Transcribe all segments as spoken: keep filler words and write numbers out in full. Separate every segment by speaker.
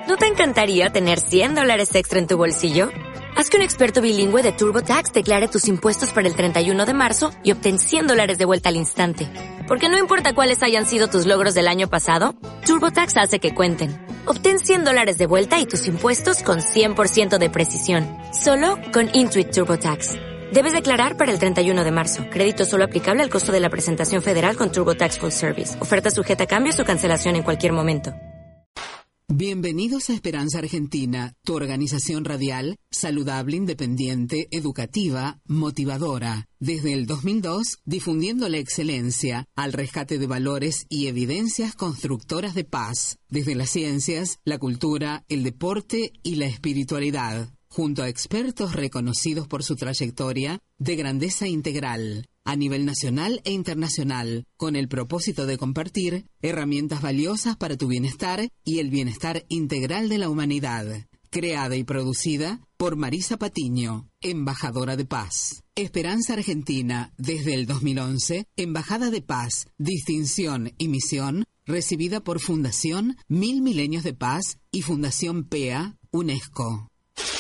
Speaker 1: ¿No te encantaría tener cien dólares extra en tu bolsillo? Haz que un experto bilingüe de TurboTax declare tus impuestos para el treinta y uno de marzo y obtén cien dólares de vuelta al instante. Porque no importa cuáles hayan sido tus logros del año pasado, TurboTax hace que cuenten. Obtén cien dólares de vuelta y tus impuestos con cien por ciento de precisión. Solo con Intuit TurboTax. Debes declarar para el treinta y uno de marzo. Crédito solo aplicable al costo de la presentación federal con TurboTax Full Service. Oferta sujeta a cambios o cancelación en cualquier momento.
Speaker 2: Bienvenidos a Esperanza Argentina, tu organización radial, saludable, independiente, educativa, motivadora. Desde el dos mil dos, difundiendo la excelencia, al rescate de valores y evidencias constructoras de paz, desde las ciencias, la cultura, el deporte y la espiritualidad, junto a expertos reconocidos por su trayectoria de grandeza integral, a nivel nacional e internacional, con el propósito de compartir herramientas valiosas para tu bienestar y el bienestar integral de la humanidad. Creada y producida por Marisa Patiño, embajadora de paz. Esperanza Argentina, desde el dos mil once, embajada de paz, distinción y misión, recibida por Fundación Mil Milenios de Paz y Fundación P E A, UNESCO.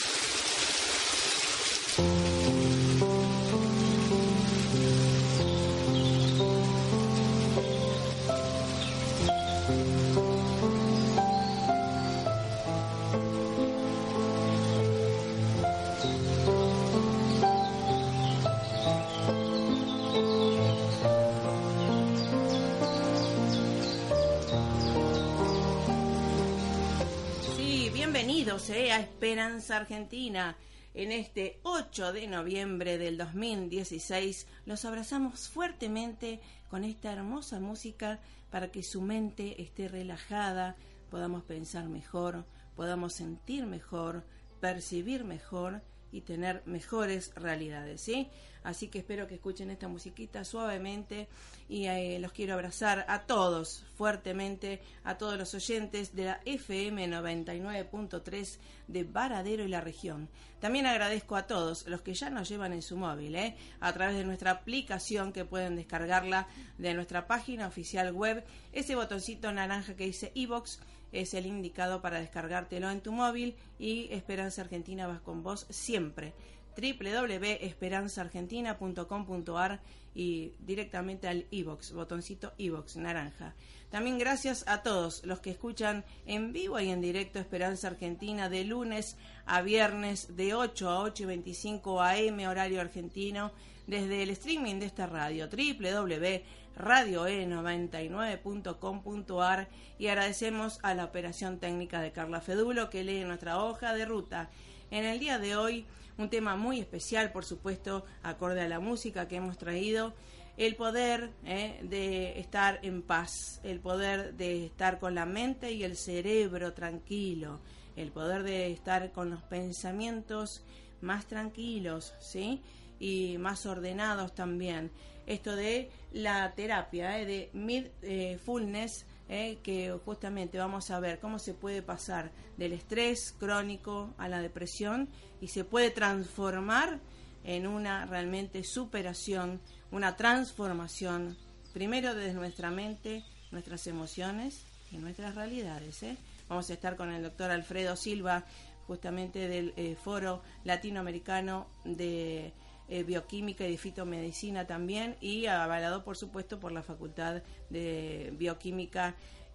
Speaker 3: A Esperanza Argentina. En este ocho de noviembre del dos mil dieciséis los abrazamos fuertemente con esta hermosa música para que su mente esté relajada, podamos pensar mejor, podamos sentir mejor, percibir mejor y tener mejores realidades, ¿sí? Así que espero que escuchen esta musiquita suavemente y eh, los quiero abrazar a todos fuertemente, a todos los oyentes de la F M noventa y nueve punto tres de Varadero y la región. También agradezco a todos los que ya nos llevan en su móvil, ¿eh? a través de nuestra aplicación, que pueden descargarla de nuestra página oficial web. Ese botoncito naranja que dice iVox es el indicado para descargártelo en tu móvil, y Esperanza Argentina va con vos siempre. doble u doble u doble u punto esperanza argentina punto com punto a r y directamente al iVox, botoncito iVox naranja. También gracias a todos los que escuchan en vivo y en directo Esperanza Argentina de lunes a viernes de ocho a ocho y veinticinco a eme horario argentino, desde el streaming de esta radio, doble u doble u doble u punto radio e noventa y nueve punto com punto a r, y agradecemos a la operación técnica de Carla Fedulo, que lee nuestra hoja de ruta. En el día de hoy, un tema muy especial, por supuesto, acorde a la música que hemos traído, el poder eh, de estar en paz, el poder de estar con la mente y el cerebro tranquilo, el poder de estar con los pensamientos más tranquilos, ¿sí? Y más ordenados también. Esto de la terapia eh, de mindfulness, eh, que justamente vamos a ver cómo se puede pasar del estrés crónico a la depresión y se puede transformar en una realmente superación, una transformación, primero desde nuestra mente, nuestras emociones y nuestras realidades. ¿eh? Vamos a estar con el doctor Alfredo Silva, justamente del eh, Foro Latinoamericano de Eh, bioquímica y de fitomedicina también, y avalado por supuesto por la Facultad de Bioquímica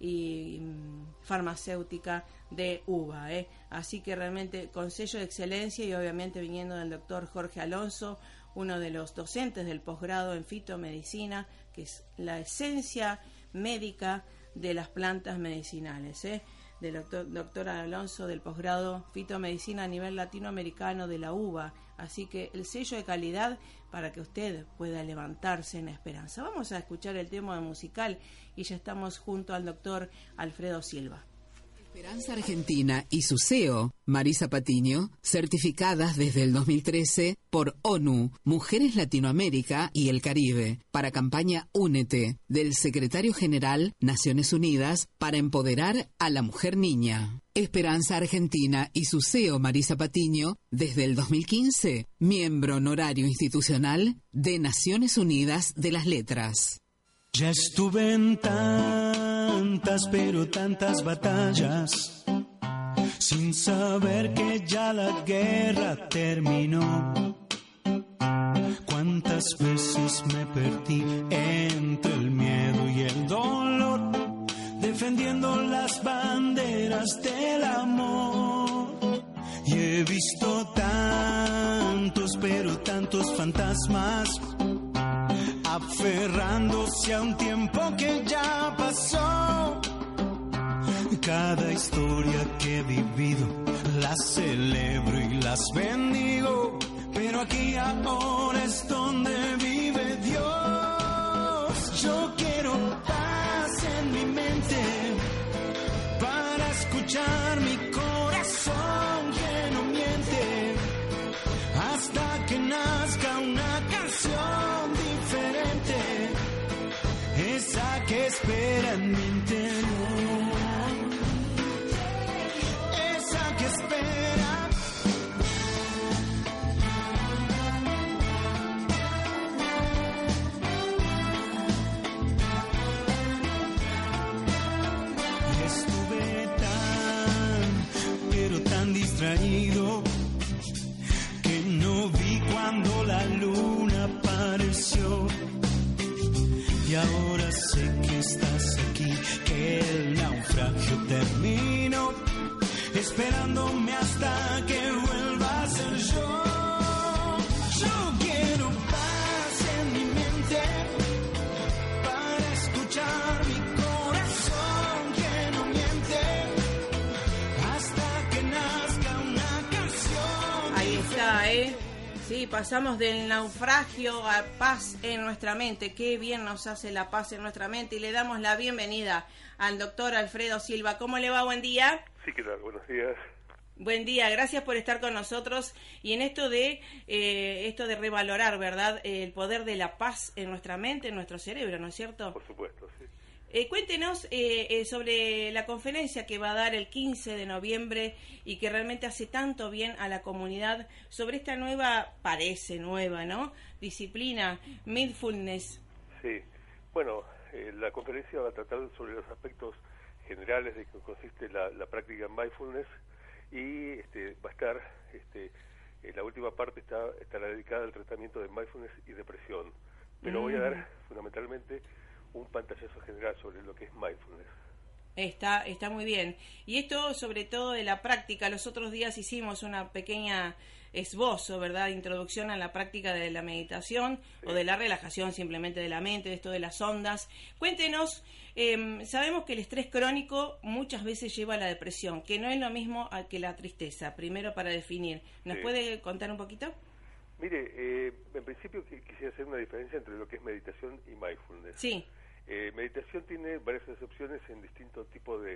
Speaker 3: y mm, Farmacéutica de UBA, ¿eh? Así que realmente con sello de excelencia, y obviamente viniendo del doctor Jorge Alonso, uno de los docentes del posgrado en fitomedicina, que es la esencia médica de las plantas medicinales, ¿eh? del doctor, doctor Alonso, del posgrado fitomedicina a nivel latinoamericano de la UBA. Así que el sello de calidad para que usted pueda levantarse en esperanza. Vamos a escuchar el tema musical y ya estamos junto al doctor Alfredo Silva.
Speaker 2: Esperanza Argentina y su C E O, Marisa Patiño, certificadas desde el dos mil trece por ONU, Mujeres Latinoamérica y el Caribe, para campaña Únete, del Secretario General Naciones Unidas para empoderar a la mujer niña. Esperanza Argentina y su C E O, Marisa Patiño, desde el dos mil quince, miembro honorario institucional de Naciones Unidas de las Letras.
Speaker 4: Ya estuve en tantas, pero tantas batallas, sin saber que ya la guerra terminó. Cuántas veces me perdí entre el miedo y el dolor, defendiendo las banderas del amor. Y he visto tantos, pero tantos fantasmas, aferrándose a un tiempo que ya pasó. Cada historia que he vivido la celebro y las bendigo, pero aquí ahora es donde vive Dios. Yo quiero paz en mi mente para escuchar mi corazón que no miente, hasta que nazca una canción diferente, esa que espera en mi interior, esa que espera. Estuve tan, pero tan distraído que no vi cuando la luna apareció. Y ahora sé que estás aquí, que el naufragio terminó, esperándome hasta que vuelva a ser yo. Yo quiero paz en mi mente para escuchar mi corazón que no miente, hasta que nazca una canción.
Speaker 3: Ahí está, ¿eh? Sí, pasamos del naufragio a paz en nuestra mente. Qué bien nos hace la paz en nuestra mente. Y le damos la bienvenida al doctor Alfredo Silva. ¿Cómo le va? Buen día.
Speaker 5: Sí, ¿qué tal? Buenos días.
Speaker 3: Buen día, gracias por estar con nosotros. Y en esto de eh, esto de revalorar, ¿verdad?, el poder de la paz en nuestra mente, en nuestro cerebro, ¿no es cierto?
Speaker 5: Por supuesto, sí.
Speaker 3: Eh, cuéntenos eh, eh, sobre la conferencia que va a dar el quince de noviembre y que realmente hace tanto bien a la comunidad sobre esta nueva, parece nueva, ¿no?, disciplina, mindfulness.
Speaker 5: Sí, bueno, eh, la conferencia va a tratar sobre los aspectos generales de que consiste la, la práctica mindfulness y este, va a estar, este, eh, la última parte está estará dedicada al tratamiento de mindfulness y depresión, pero mm. voy a dar fundamentalmente un pantallazo general sobre lo que es mindfulness.
Speaker 3: Está, está muy bien. Y esto sobre todo de la práctica. Los otros días hicimos una pequeña esbozo, ¿verdad?, introducción a la práctica de la meditación, sí, o de la relajación simplemente de la mente, de esto de las ondas. Cuéntenos, eh, sabemos que el estrés crónico muchas veces lleva a la depresión, que no es lo mismo que la tristeza. Primero, para definir, ¿nos sí. puede contar un poquito?
Speaker 5: Mire, eh, en principio quisiera hacer una diferencia entre lo que es meditación y mindfulness.
Speaker 3: Sí.
Speaker 5: Eh, meditación tiene varias excepciones en distintos tipos de,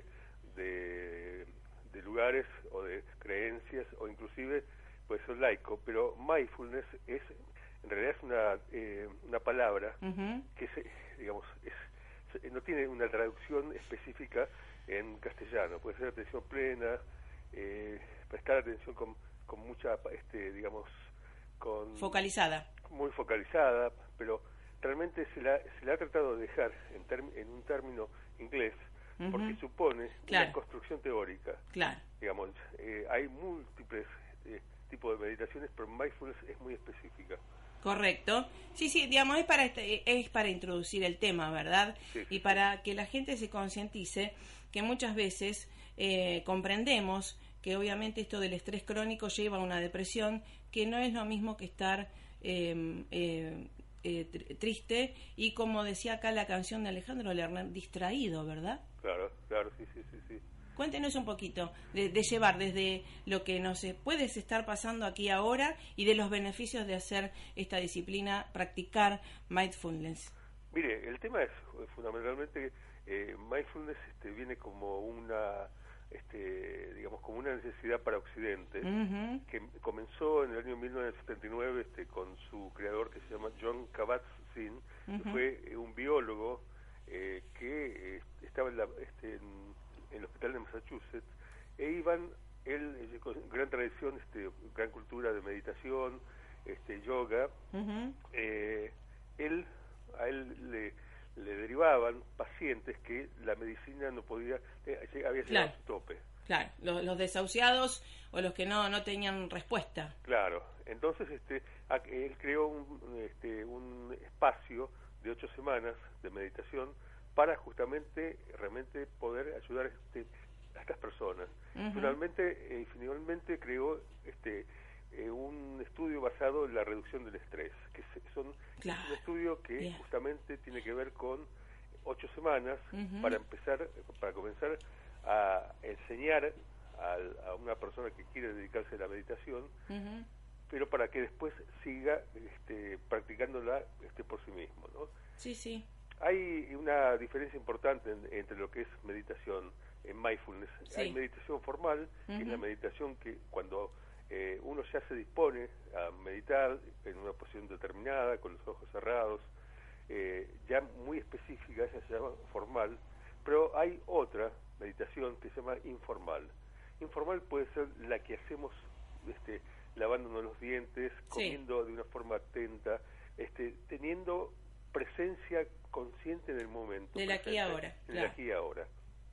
Speaker 5: de, de lugares o de creencias, o inclusive puede ser laico, pero mindfulness es, en realidad es una, eh, una palabra uh-huh. que es, digamos, es, no tiene una traducción específica en castellano. Puede ser atención plena, eh, prestar atención con, con mucha, este, digamos, con
Speaker 3: focalizada,
Speaker 5: muy focalizada, pero realmente se la, se la ha tratado de dejar en, term, en un término inglés, uh-huh. porque supone claro. una construcción teórica.
Speaker 3: Claro.
Speaker 5: Digamos, eh, hay múltiples eh, tipos de meditaciones, pero mindfulness es muy específica.
Speaker 3: Correcto. Sí, sí, digamos, es para este, es para introducir el tema, ¿verdad? Sí, y sí, para sí. que la gente se concientice que muchas veces eh, comprendemos que obviamente esto del estrés crónico lleva a una depresión, que no es lo mismo que estar eh, eh, eh, tr- triste y, como decía acá la canción de Alejandro Lerner, distraído, ¿verdad?
Speaker 5: Claro, claro, sí, sí, sí, sí.
Speaker 3: Cuéntenos un poquito de, de llevar desde lo que nos puede estar pasando aquí ahora y de los beneficios de hacer esta disciplina, practicar mindfulness.
Speaker 5: Mire, el tema es fundamentalmente eh, mindfulness este, viene como una este, digamos como una necesidad para Occidente, uh-huh. que comenzó en el año mil novecientos setenta y nueve este, con su creador, que se llama Jon Kabat-Zinn, uh-huh. que fue un biólogo eh, que eh, estaba en, la, este, en, en el hospital de Massachusetts, e iban, él con gran tradición, este, gran cultura de meditación, este, yoga, uh-huh. eh, él, a él le le derivaban pacientes que la medicina no podía, eh, había llegado claro. a su tope.
Speaker 3: Claro, los, los desahuciados o los que no no tenían respuesta.
Speaker 5: Claro, entonces este él creó un, este, un espacio de ocho semanas de meditación para justamente realmente poder ayudar a, este, a estas personas. Uh-huh. Finalmente, eh, finalmente creó este eh, un estudio basado en la reducción del estrés, que son claro. Es un estudio que yeah. justamente tiene que ver con ocho semanas uh-huh. para empezar, para comenzar a enseñar a, a una persona que quiere dedicarse a la meditación, uh-huh. pero para que después siga este, practicándola este, por sí mismo, ¿no?
Speaker 3: Sí, sí.
Speaker 5: Hay una diferencia importante en, entre lo que es meditación en mindfulness. Sí. Hay meditación formal, uh-huh. que es la meditación que cuando eh, uno ya se dispone a meditar en una posición determinada, con los ojos cerrados, eh, ya muy específica, esa se llama formal, pero hay otra meditación que se llama informal. Informal puede ser la que hacemos este, lavándonos los dientes, comiendo sí. de una forma atenta, este, teniendo presencia consciente en el momento.
Speaker 3: Del aquí y ahora.
Speaker 5: En el aquí y ahora.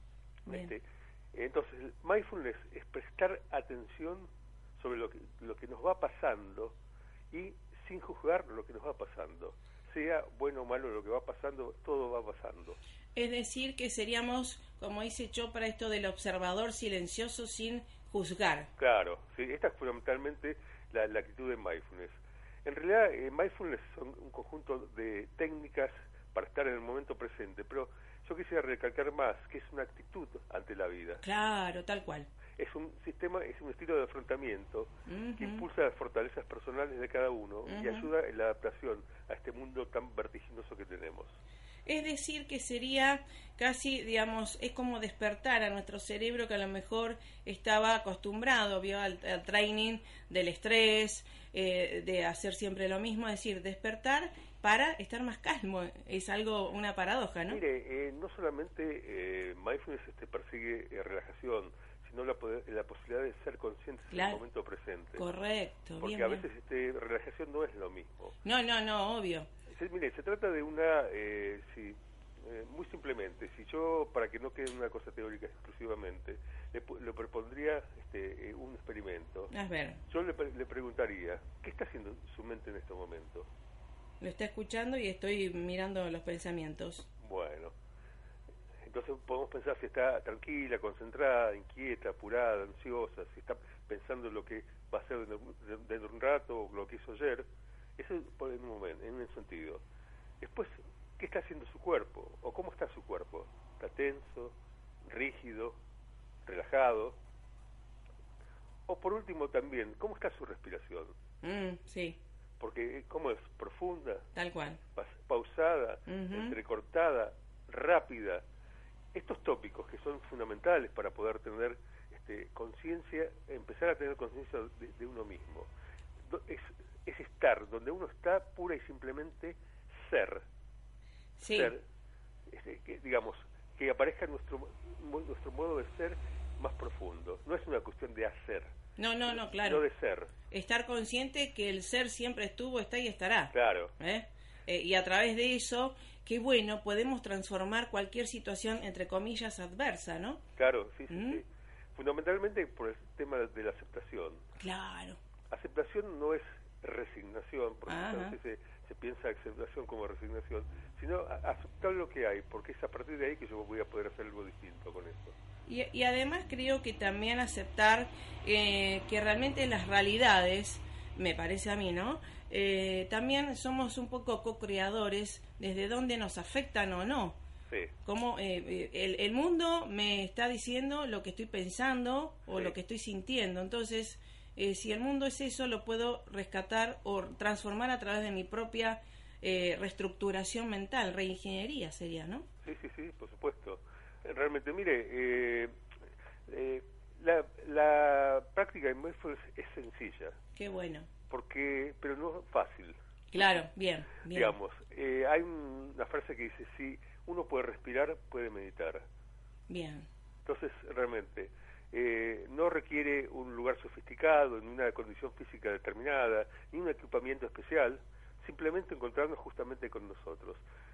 Speaker 5: Este, entonces, mindfulness es prestar atención sobre lo que, lo que nos va pasando y sin juzgar lo que nos va pasando. Sea bueno o malo lo que va pasando, todo va pasando.
Speaker 3: Es decir, que seríamos, como dice Chopra, esto del observador silencioso sin juzgar.
Speaker 5: Claro, sí, esta es fundamentalmente la, la actitud de mindfulness. En realidad, eh, mindfulness son un conjunto de técnicas para estar en el momento presente, pero yo quisiera recalcar más que es una actitud ante la vida.
Speaker 3: Claro, tal cual.
Speaker 5: Es un sistema, es un estilo de afrontamiento uh-huh. que impulsa las fortalezas personales de cada uno uh-huh. y ayuda en la adaptación a este mundo tan vertiginoso que tenemos.
Speaker 3: Es decir, que sería casi, digamos, es como despertar a nuestro cerebro que a lo mejor estaba acostumbrado, vio al, al training del estrés, eh, de hacer siempre lo mismo, es decir, despertar para estar más calmo. Es algo, una paradoja, ¿no?
Speaker 5: Mire, eh, no solamente eh, mindfulness este, persigue eh, relajación, sino la, poder, la posibilidad de ser conscientes claro. en el momento presente.
Speaker 3: Correcto.
Speaker 5: Porque
Speaker 3: bien,
Speaker 5: a
Speaker 3: bien.
Speaker 5: veces este, relajación no es lo mismo.
Speaker 3: No, no, no, obvio.
Speaker 5: Se, mire, se trata de una, eh, sí, eh, muy simplemente, si yo, para que no quede una cosa teórica exclusivamente, le, le propondría este, eh, un experimento.
Speaker 3: A ver.
Speaker 5: Yo le, le preguntaría, ¿qué está haciendo su mente en este momento?
Speaker 3: Lo está escuchando y estoy mirando los pensamientos.
Speaker 5: Bueno, entonces podemos pensar si está tranquila, concentrada, inquieta, apurada, ansiosa, si está pensando en lo que va a hacer dentro de, de un rato o lo que hizo ayer. Eso en un momento, en un sentido. Después, ¿qué está haciendo su cuerpo? ¿O cómo está su cuerpo? ¿Está tenso, rígido, relajado? O por último también, ¿cómo está su respiración?
Speaker 3: Mm, sí.
Speaker 5: Porque, ¿cómo es? ¿Profunda?
Speaker 3: Tal cual.
Speaker 5: ¿Pausada?
Speaker 3: Uh-huh.
Speaker 5: ¿Entrecortada? ¿Rápida? Estos tópicos que son fundamentales para poder tener este, conciencia, empezar a tener conciencia de, de uno mismo. Es, es estar donde uno está pura y simplemente ser.
Speaker 3: Sí.
Speaker 5: Ser, este, que, digamos, que aparezca nuestro, nuestro modo de ser más profundo. No es una cuestión de hacer.
Speaker 3: No, no, no, claro.
Speaker 5: No de ser.
Speaker 3: Estar consciente que el ser siempre estuvo, está y estará.
Speaker 5: Claro.
Speaker 3: ¿Eh? Eh, y a través de eso, qué bueno, podemos transformar cualquier situación, entre comillas, adversa, ¿no?
Speaker 5: Claro, sí, sí,
Speaker 3: ¿Mm?
Speaker 5: sí. Fundamentalmente por el tema de la aceptación.
Speaker 3: Claro.
Speaker 5: Aceptación no es resignación, porque a veces se, se piensa aceptación como resignación, sino a, aceptar lo que hay, porque es a partir de ahí que yo voy a poder hacer algo distinto con eso.
Speaker 3: Y, y además creo que también aceptar eh, que realmente las realidades, me parece a mí, ¿no? Eh, también somos un poco co-creadores desde donde nos afectan o no.
Speaker 5: Sí.
Speaker 3: Como eh, el, el mundo me está diciendo lo que estoy pensando o sí. lo que estoy sintiendo. Entonces, eh, si el mundo es eso, lo puedo rescatar o transformar a través de mi propia eh, reestructuración mental, reingeniería sería, ¿no?
Speaker 5: Sí, sí, sí, por supuesto. Realmente, mire, eh, eh, la, la práctica de mindfulness es sencilla.
Speaker 3: Qué bueno.
Speaker 5: Porque, pero no fácil.
Speaker 3: Claro, bien, bien.
Speaker 5: Digamos, eh, hay un, una frase que dice, si uno puede respirar, puede meditar.
Speaker 3: Bien.
Speaker 5: Entonces, realmente, eh, no requiere un lugar sofisticado, ni una condición física determinada, ni un equipamiento especial, simplemente encontrarnos justamente con nosotros.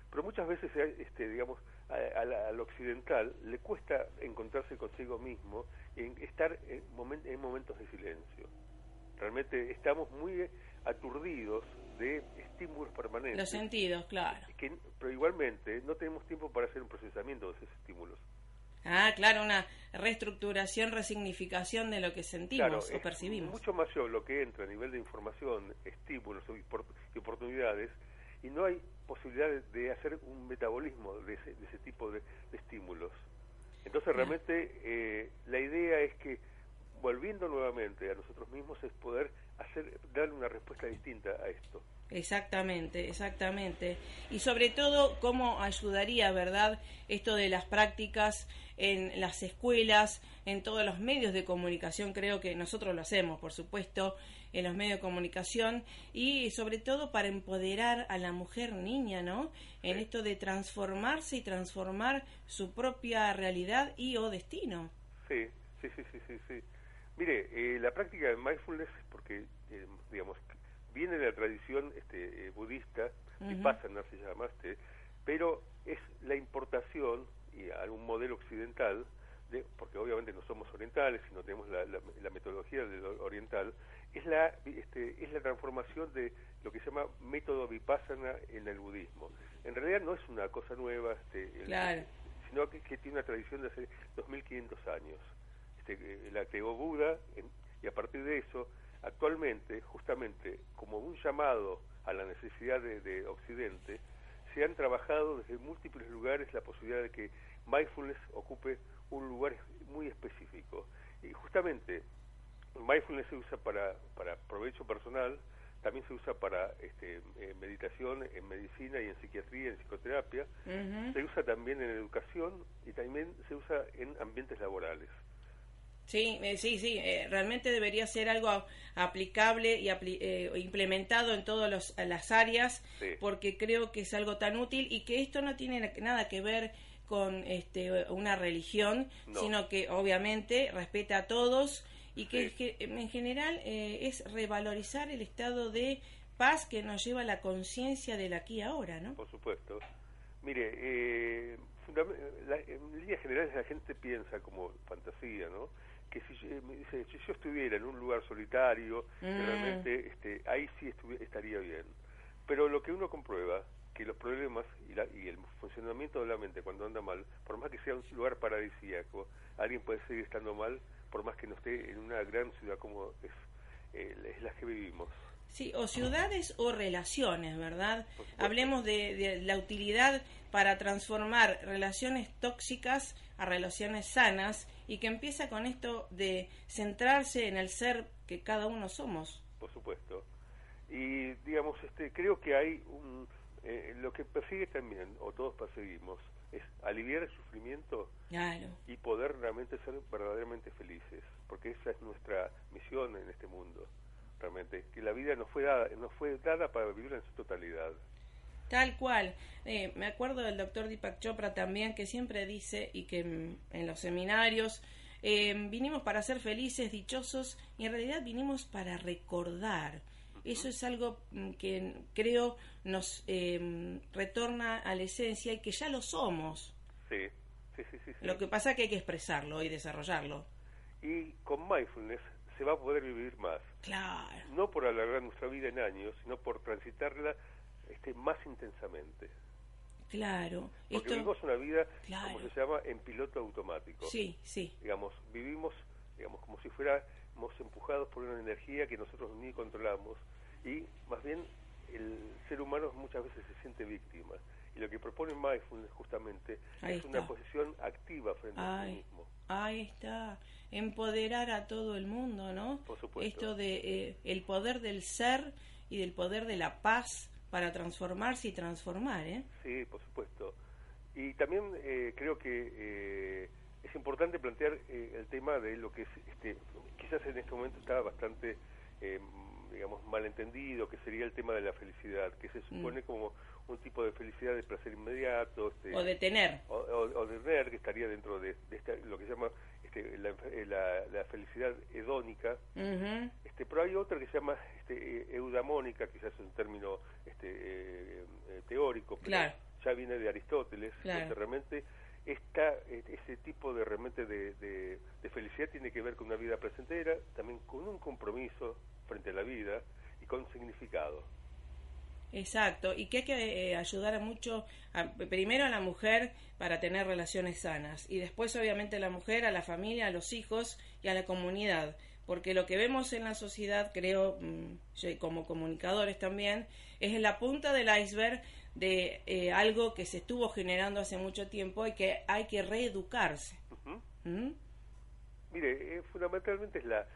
Speaker 5: pero muchas veces, este, digamos, a, a, al occidental le cuesta encontrarse consigo mismo y en estar en, moment, en momentos de silencio. Realmente estamos muy aturdidos de estímulos permanentes.
Speaker 3: Los sentidos, claro.
Speaker 5: Que, pero igualmente no tenemos tiempo para hacer un procesamiento de esos estímulos.
Speaker 3: Ah, claro, una reestructuración, resignificación de lo que sentimos
Speaker 5: claro,
Speaker 3: o percibimos.
Speaker 5: Mucho mayor lo que entra a nivel de información, estímulos y oportunidades, y no hay posibilidad de, de hacer un metabolismo de ese, de ese tipo de, de estímulos. Entonces, realmente, eh, la idea es que, volviendo nuevamente a nosotros mismos, es poder hacer darle una respuesta distinta a esto.
Speaker 3: Exactamente, exactamente. Y sobre todo, cómo ayudaría, ¿verdad?, esto de las prácticas en las escuelas, en todos los medios de comunicación. Creo que nosotros lo hacemos, por supuesto, en los medios de comunicación, y sobre todo para empoderar a la mujer niña, ¿no?, en sí. esto de transformarse y transformar su propia realidad y o destino.
Speaker 5: Sí, sí, sí, sí, sí. sí. Mire, eh, la práctica de mindfulness, porque, eh, digamos, viene de la tradición este, eh, budista, uh-huh. Vipassana se llama, este, pero es la importación y a un modelo occidental, de, porque obviamente no somos orientales, sino tenemos la, la, la metodología del oriental, es la, este, es la transformación de lo que se llama método Vipassana en el budismo. En realidad no es una cosa nueva, este,
Speaker 3: claro.
Speaker 5: el, sino que, que tiene una tradición de hace dos mil quinientos años. Este, la creó Buda, en, y a partir de eso, actualmente, justamente como un llamado a la necesidad de, de Occidente, se han trabajado desde múltiples lugares la posibilidad de que mindfulness ocupe un lugar muy específico. Y justamente, mindfulness se usa para, para provecho personal, también se usa para este, eh, meditación en medicina y en psiquiatría, en psicoterapia, uh-huh. Se usa también en educación y también se usa en ambientes laborales.
Speaker 3: Sí, eh, sí, sí, eh, realmente debería ser algo aplicable y apli- eh, implementado en todas las áreas, sí. Porque creo que es algo tan útil y que esto no tiene nada que ver con este, una religión, no. Sino que obviamente respeta a todos y que, sí. que en general eh, es revalorizar el estado de paz que nos lleva a la conciencia del aquí y ahora, ¿no?
Speaker 5: Por supuesto. Mire, eh, fundam- la, en líneas generales la gente piensa como fantasía, ¿no?, que si, eh, me dice, si yo estuviera en un lugar solitario, mm. realmente este, ahí sí estuvi- estaría bien. Pero lo que uno comprueba, que los problemas y, la, y el funcionamiento de la mente cuando anda mal, por más que sea un lugar paradisíaco, alguien puede seguir estando mal, por más que no esté en una gran ciudad como es, eh, es la que vivimos.
Speaker 3: Sí, o ciudades o relaciones, ¿verdad? Hablemos de, de la utilidad para transformar relaciones tóxicas a relaciones sanas y que empieza con esto de centrarse en el ser que cada uno somos.
Speaker 5: Por supuesto. Y, digamos, este, creo que hay un... Eh, lo que persigue también, o todos perseguimos, es aliviar el sufrimiento,
Speaker 3: claro,
Speaker 5: y poder realmente ser verdaderamente felices, porque esa es nuestra misión en este mundo. Realmente, que la vida nos fue dada, nos fue dada para vivirla en su totalidad.
Speaker 3: Tal cual. Eh, me acuerdo del doctor Deepak Chopra también, que siempre dice, y que en, en los seminarios, eh, vinimos para ser felices, dichosos, y en realidad vinimos para recordar. Uh-huh. Eso es algo que creo nos eh, retorna a la esencia y que ya lo somos.
Speaker 5: Sí, sí, sí, sí, sí.
Speaker 3: Lo que pasa es que hay que expresarlo y desarrollarlo.
Speaker 5: Y con mindfulness se va a poder vivir más.
Speaker 3: Claro.
Speaker 5: No por alargar nuestra vida en años, sino por transitarla este, más intensamente.
Speaker 3: Claro.
Speaker 5: Porque
Speaker 3: Esto...
Speaker 5: vivimos una vida,
Speaker 3: claro,
Speaker 5: como se llama, en piloto automático.
Speaker 3: Sí, sí.
Speaker 5: Digamos, vivimos, digamos, como si fuéramos empujados por una energía que nosotros ni controlamos, y más bien el ser humano muchas veces se siente víctima. Y lo que propone mindfulness justamente
Speaker 3: Ahí
Speaker 5: es
Speaker 3: está.
Speaker 5: Una posición activa frente Ay. a sí mismo.
Speaker 3: Ahí está, empoderar a todo el mundo, ¿no?
Speaker 5: Por supuesto.
Speaker 3: Esto de eh, el poder del ser y del poder de la paz para transformarse y transformar, ¿eh?
Speaker 5: Sí, por supuesto. Y también eh, creo que eh, es importante plantear eh, el tema de lo que es, este, quizás en este momento está bastante, eh, digamos, malentendido, que sería el tema de la felicidad, que se supone mm. como un tipo de felicidad de placer inmediato, este,
Speaker 3: o de tener,
Speaker 5: o, o, o de tener, que estaría dentro de, de esta, lo que se llama este, la, la, la felicidad hedónica. Uh-huh. Este, pero hay otra que se llama este, eudamónica, quizás es un término este, eh, eh, teórico, pero
Speaker 3: claro.
Speaker 5: ya viene de Aristóteles,
Speaker 3: claro.
Speaker 5: donde realmente esta, ese tipo de realmente de, de, de felicidad tiene que ver con una vida placentera, también con un compromiso frente a la vida y con significado.
Speaker 3: Exacto, y que hay que eh, ayudar a mucho, a, primero a la mujer para tener relaciones sanas, y después obviamente a la mujer, a la familia, a los hijos y a la comunidad, porque lo que vemos en la sociedad, creo, yo, como comunicadores también, es la punta del iceberg de eh, algo que se estuvo generando hace mucho tiempo y que hay que reeducarse.
Speaker 5: Uh-huh.
Speaker 3: ¿Mm?
Speaker 5: Mire, eh, fundamentalmente es la,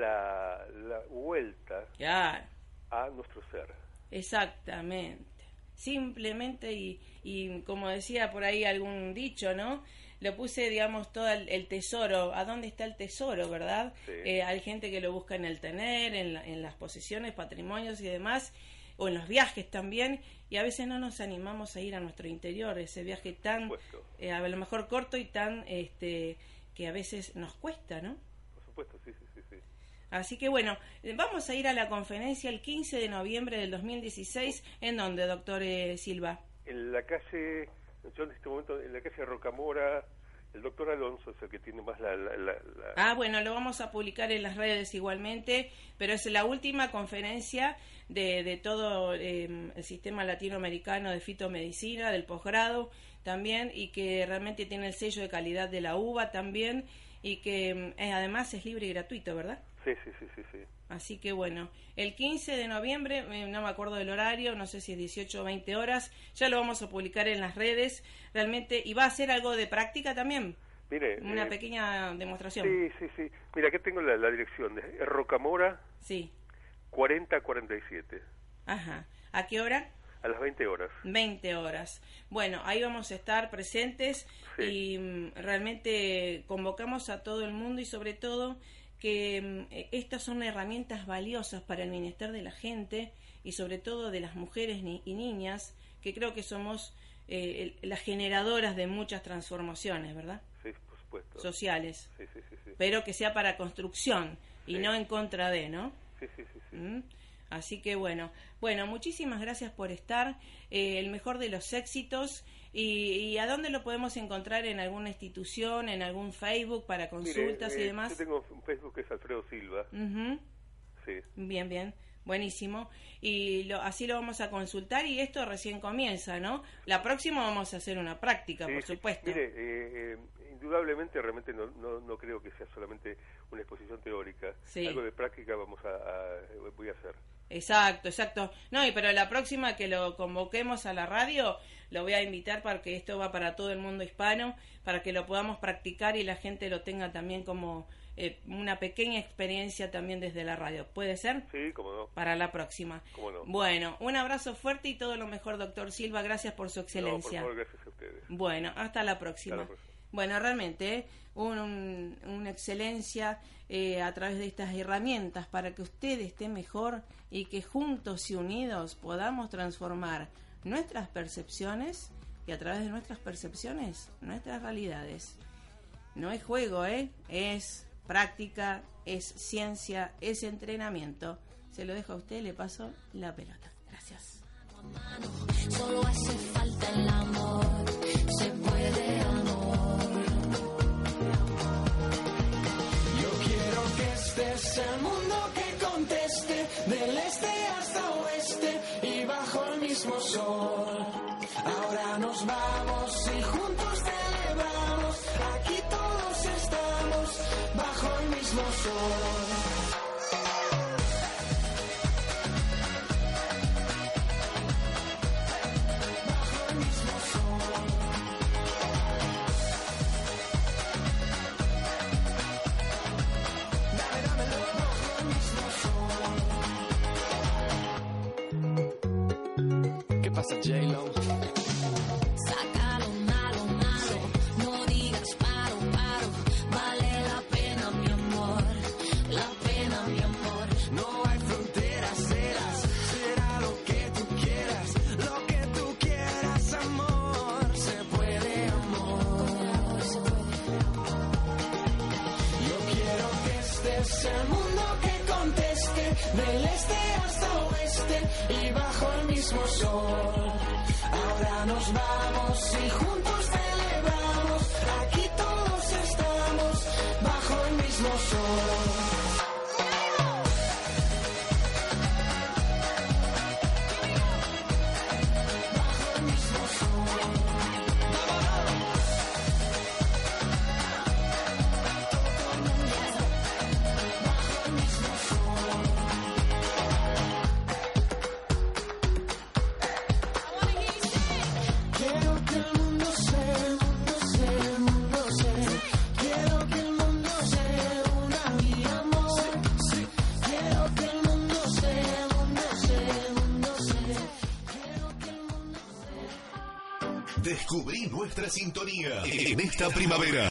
Speaker 5: la, la vuelta
Speaker 3: claro.
Speaker 5: a nuestro ser.
Speaker 3: Exactamente, simplemente y, y como decía por ahí algún dicho, ¿no? Lo puse, digamos, todo el, el tesoro, ¿a dónde está el tesoro, verdad?
Speaker 5: Sí.
Speaker 3: Eh, hay gente que lo busca en el tener, en, la, en las posesiones, patrimonios y demás, o en los viajes también, y a veces no nos animamos a ir a nuestro interior, ese viaje tan, eh, a lo mejor corto y tan, este, que a veces nos cuesta, ¿no?
Speaker 5: Por supuesto, sí, sí, sí, sí.
Speaker 3: Así que bueno, vamos a ir a la conferencia el quince de noviembre del dos mil dieciséis. ¿En dónde, doctor eh, Silva?
Speaker 5: En la calle, yo en este momento, en la calle Rocamora, el doctor Alonso es el que tiene más la, la, la, la...
Speaker 3: Ah, bueno, lo vamos a publicar en las redes igualmente, pero es la última conferencia de, de todo eh, el sistema latinoamericano de fitomedicina, del posgrado también, y que realmente tiene el sello de calidad de la U B A también, y que eh, además es libre y gratuito, ¿verdad?
Speaker 5: Sí, sí, sí, sí, sí.
Speaker 3: Así que bueno, el quince de noviembre, eh, no me acuerdo del horario, no sé si es dieciocho o veinte horas, ya lo vamos a publicar en las redes, realmente, y va a ser algo de práctica también.
Speaker 5: Mire,
Speaker 3: una
Speaker 5: eh,
Speaker 3: pequeña demostración.
Speaker 5: Sí, sí, sí. Mira, aquí tengo la, la dirección, es Rocamora
Speaker 3: sí.
Speaker 5: cuarenta cuarenta y siete.
Speaker 3: Ajá. ¿A qué hora?
Speaker 5: A las veinte horas.
Speaker 3: veinte horas. Bueno, ahí vamos a estar presentes sí. y mm, realmente convocamos a todo el mundo y sobre todo que mm, estas son herramientas valiosas para el bienestar de la gente y sobre todo de las mujeres ni- y niñas, que creo que somos eh, el, las generadoras de muchas transformaciones, ¿verdad?
Speaker 5: Sí, por supuesto.
Speaker 3: Sociales.
Speaker 5: Sí, sí, sí, sí.
Speaker 3: Pero que sea para construcción y
Speaker 5: sí.
Speaker 3: no en contra de, ¿no?
Speaker 5: Sí, sí, sí, sí.
Speaker 3: ¿Mm? Así que bueno, bueno, muchísimas gracias por estar, eh, el mejor de los éxitos, y, y ¿a dónde lo podemos encontrar? ¿En alguna institución, en algún Facebook para consultas
Speaker 5: Mire,
Speaker 3: y
Speaker 5: eh,
Speaker 3: demás?
Speaker 5: Yo tengo un Facebook que es Alfredo Silva.
Speaker 3: Uh-huh.
Speaker 5: Sí.
Speaker 3: Bien, bien, buenísimo, y lo, así lo vamos a consultar, y esto recién comienza, ¿no? La próxima vamos a hacer una práctica,
Speaker 5: Sí,
Speaker 3: por
Speaker 5: sí.
Speaker 3: supuesto.
Speaker 5: Mire, eh, eh, indudablemente realmente no, no, no creo que sea solamente una exposición teórica.
Speaker 3: Sí.
Speaker 5: Algo de práctica vamos a, a voy a hacer.
Speaker 3: Exacto, exacto. No, y pero la próxima que lo convoquemos a la radio, lo voy a invitar para que esto va para todo el mundo hispano, para que lo podamos practicar y la gente lo tenga también como eh, una pequeña experiencia también desde la radio. ¿Puede ser?
Speaker 5: Sí, cómo no.
Speaker 3: Para la próxima.
Speaker 5: Cómo no.
Speaker 3: Bueno, un abrazo fuerte y todo lo mejor, doctor Silva. Gracias por su excelencia.
Speaker 5: No, por favor, gracias a ustedes.
Speaker 3: Bueno, hasta la próxima.
Speaker 5: Hasta la próxima.
Speaker 3: Bueno, realmente, ¿eh? un, un, una excelencia eh, a través de estas herramientas para que usted esté mejor y que juntos y unidos podamos transformar nuestras percepciones y a través de nuestras percepciones, nuestras realidades. No es juego, ¿eh? Es práctica, es ciencia, es entrenamiento. Se lo dejo a usted, le paso la pelota. Gracias.
Speaker 6: Solo hace falta el amor, se puede amor. Yo quiero que este es el mundo que conteste, del este hasta oeste y bajo el mismo sol. Ahora nos vamos y juntos celebramos, aquí todos estamos bajo el mismo sol.
Speaker 7: J-Lo.
Speaker 6: Saca lo malo, malo, no digas paro, paro, vale la pena mi amor, la pena mi amor.
Speaker 7: No hay fronteras, serás, será lo que tú quieras, lo que tú quieras, amor, se puede amor.
Speaker 6: Con el amor se puede.
Speaker 7: Yo quiero que estés
Speaker 6: es el mundo que conteste, del este hasta oeste y bajo el mismo sol. Ahora nos vamos y juntos celebramos, aquí todos estamos bajo el mismo sol.
Speaker 8: Descubrí nuestra sintonía en esta primavera.